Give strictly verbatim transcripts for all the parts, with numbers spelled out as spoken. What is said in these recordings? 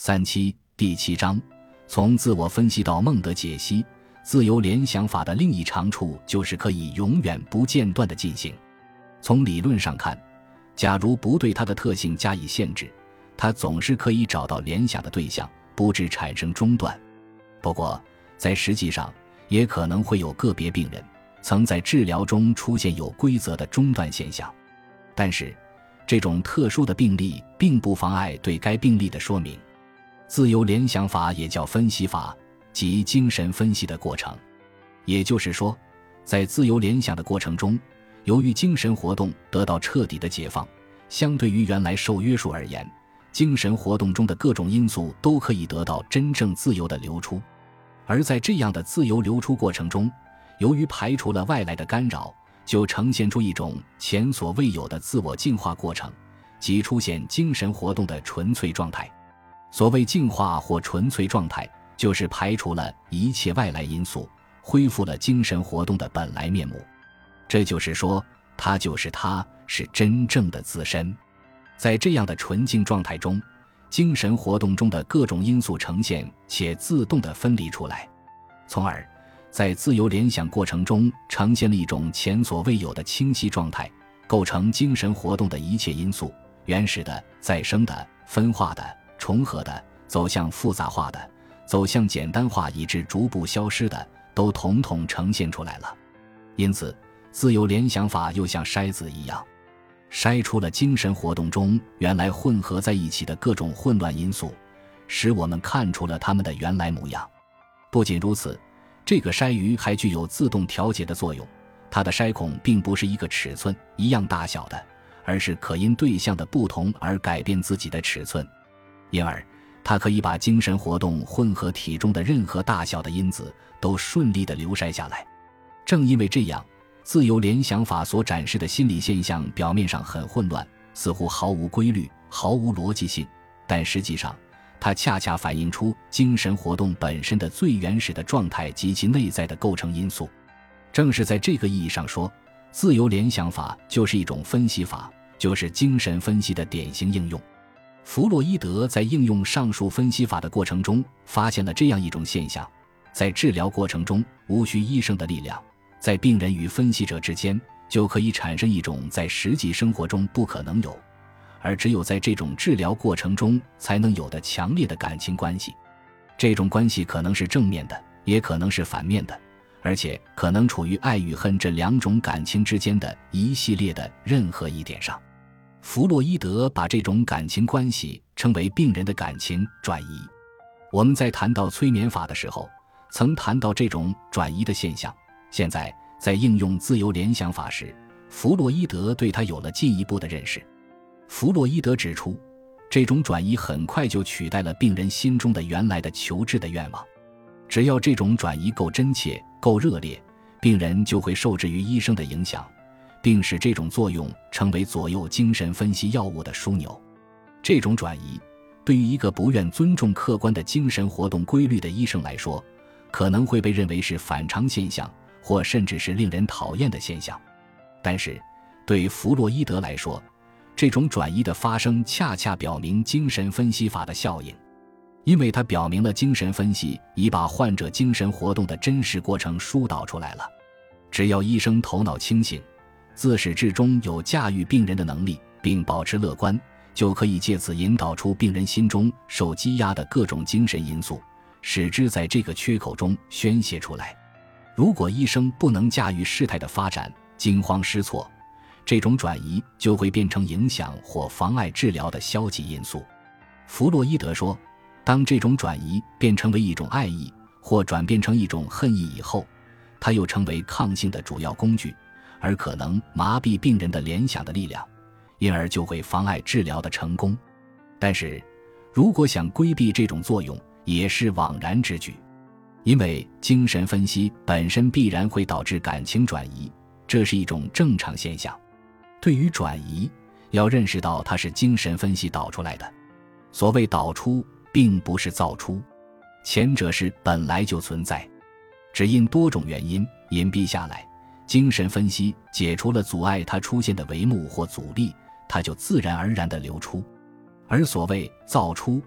三七第七章，从自我分析到孟德解析，自由联想法的另一长处就是可以永远不间断地进行。从理论上看，假如不对它的特性加以限制，它总是可以找到联想的对象，不致产生中断。不过在实际上也可能会有个别病人曾在治疗中出现有规则的中断现象，但是这种特殊的病例并不妨碍对该病例的说明。自由联想法也叫分析法，即精神分析的过程。也就是说，在自由联想的过程中，由于精神活动得到彻底的解放，相对于原来受约束而言，精神活动中的各种因素都可以得到真正自由的流出。而在这样的自由流出过程中，由于排除了外来的干扰，就呈现出一种前所未有的自我净化过程，即出现精神活动的纯粹状态。所谓净化或纯粹状态，就是排除了一切外来因素，恢复了精神活动的本来面目。这就是说，它就是它，是真正的自身。在这样的纯净状态中，精神活动中的各种因素呈现且自动地分离出来，从而在自由联想过程中呈现了一种前所未有的清晰状态，构成精神活动的一切因素，原始的、再生的、分化的、重合的、走向复杂化的、走向简单化以致逐步消失的，都统统呈现出来了。因此自由联想法又像筛子一样，筛出了精神活动中原来混合在一起的各种混乱因素，使我们看出了它们的原来模样。不仅如此，这个筛鱼还具有自动调节的作用，它的筛孔并不是一个尺寸一样大小的，而是可因对象的不同而改变自己的尺寸，因而它可以把精神活动混合体中的任何大小的因子都顺利地流筛下来。正因为这样，自由联想法所展示的心理现象表面上很混乱，似乎毫无规律，毫无逻辑性，但实际上它恰恰反映出精神活动本身的最原始的状态及其内在的构成因素。正是在这个意义上说，自由联想法就是一种分析法，就是精神分析的典型应用。弗洛伊德在应用上述分析法的过程中发现了这样一种现象，在治疗过程中无需医生的力量，在病人与分析者之间就可以产生一种在实际生活中不可能有，而只有在这种治疗过程中才能有的强烈的感情关系。这种关系可能是正面的，也可能是反面的，而且可能处于爱与恨这两种感情之间的一系列的任何一点上。弗洛伊德把这种感情关系称为病人的感情转移。我们在谈到催眠法的时候曾谈到这种转移的现象，现在在应用自由联想法时，弗洛伊德对它有了进一步的认识。弗洛伊德指出，这种转移很快就取代了病人心中的原来的求治的愿望。只要这种转移够真切、够热烈，病人就会受制于医生的影响，并使这种作用成为左右精神分析药物的枢纽。这种转移对于一个不愿尊重客观的精神活动规律的医生来说，可能会被认为是反常现象，或甚至是令人讨厌的现象。但是对弗洛伊德来说，这种转移的发生恰恰表明精神分析法的效应，因为它表明了精神分析已把患者精神活动的真实过程疏导出来了。只要医生头脑清醒，自始至终有驾驭病人的能力，并保持乐观，就可以借此引导出病人心中受积压的各种精神因素，使之在这个缺口中宣泄出来。如果医生不能驾驭事态的发展，惊慌失措，这种转移就会变成影响或妨碍治疗的消极因素。弗洛伊德说，当这种转移变成为一种爱意，或转变成一种恨意以后，它又成为抗性的主要工具，而可能麻痹病人的联想的力量，因而就会妨碍治疗的成功。但是如果想规避这种作用，也是枉然之举，因为精神分析本身必然会导致感情转移，这是一种正常现象。对于转移，要认识到它是精神分析导出来的。所谓导出，并不是造出，前者是本来就存在，只因多种原因隐蔽下来，精神分析解除了阻碍它出现的帷幕或阻力，它就自然而然地流出。而所谓造出，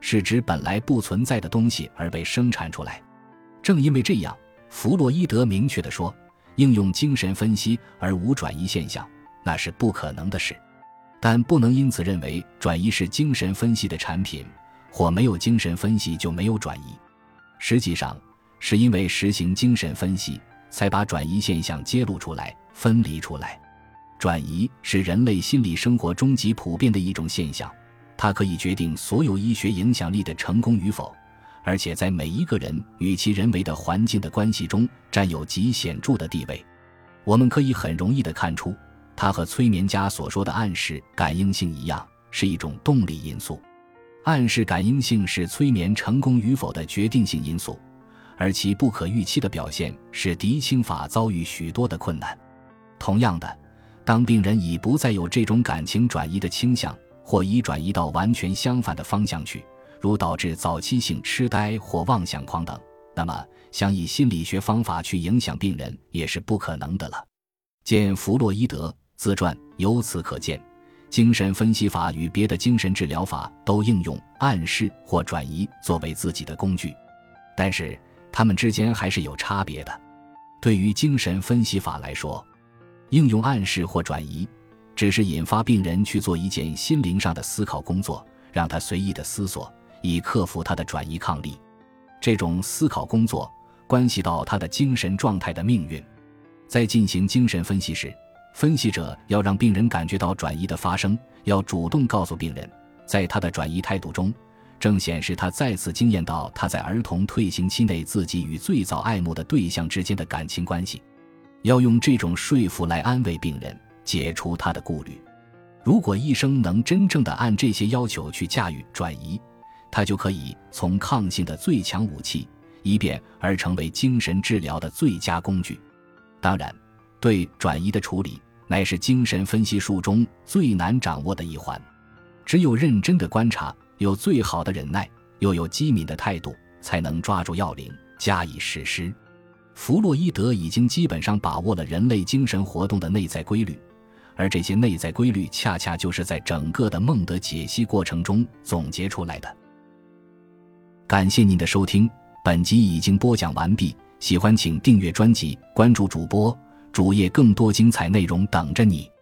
是指本来不存在的东西而被生产出来。正因为这样，弗洛伊德明确地说，应用精神分析而无转移现象，那是不可能的事。但不能因此认为转移是精神分析的产品，或没有精神分析就没有转移。实际上，是因为实行精神分析，才把转移现象揭露出来、分离出来。转移是人类心理生活中极普遍的一种现象，它可以决定所有医学影响力的成功与否，而且在每一个人与其人为的环境的关系中占有极显著的地位。我们可以很容易地看出，它和催眠家所说的暗示感应性一样，是一种动力因素。暗示感应性是催眠成功与否的决定性因素，而其不可预期的表现使狄青法遭遇许多的困难。同样的，当病人已不再有这种感情转移的倾向，或已转移到完全相反的方向去，如导致早期性痴呆或妄想狂等，那么想以心理学方法去影响病人也是不可能的了。见弗洛伊德自传。由此可见，精神分析法与别的精神治疗法都应用暗示或转移作为自己的工具，但是它们之间还是有差别的。对于精神分析法来说，应用暗示或转移只是引发病人去做一件心灵上的思考工作，让他随意的思索，以克服他的转移抗力。这种思考工作关系到他的精神状态的命运。在进行精神分析时，分析者要让病人感觉到转移的发生，要主动告诉病人，在他的转移态度中，正显示他再次经验到他在儿童退行期内自己与最早爱慕的对象之间的感情关系。要用这种说服来安慰病人，解除他的顾虑。如果医生能真正地按这些要求去驾驭转移，他就可以从抗性的最强武器一变而成为精神治疗的最佳工具。当然，对转移的处理乃是精神分析术中最难掌握的一环。只有认真的观察，有最好的忍耐，又有机敏的态度，才能抓住要领，加以实施。弗洛伊德已经基本上把握了人类精神活动的内在规律，而这些内在规律恰恰就是在整个的孟德解析过程中总结出来的。感谢您的收听，本集已经播讲完毕，喜欢请订阅专辑，关注主播，主页更多精彩内容等着你。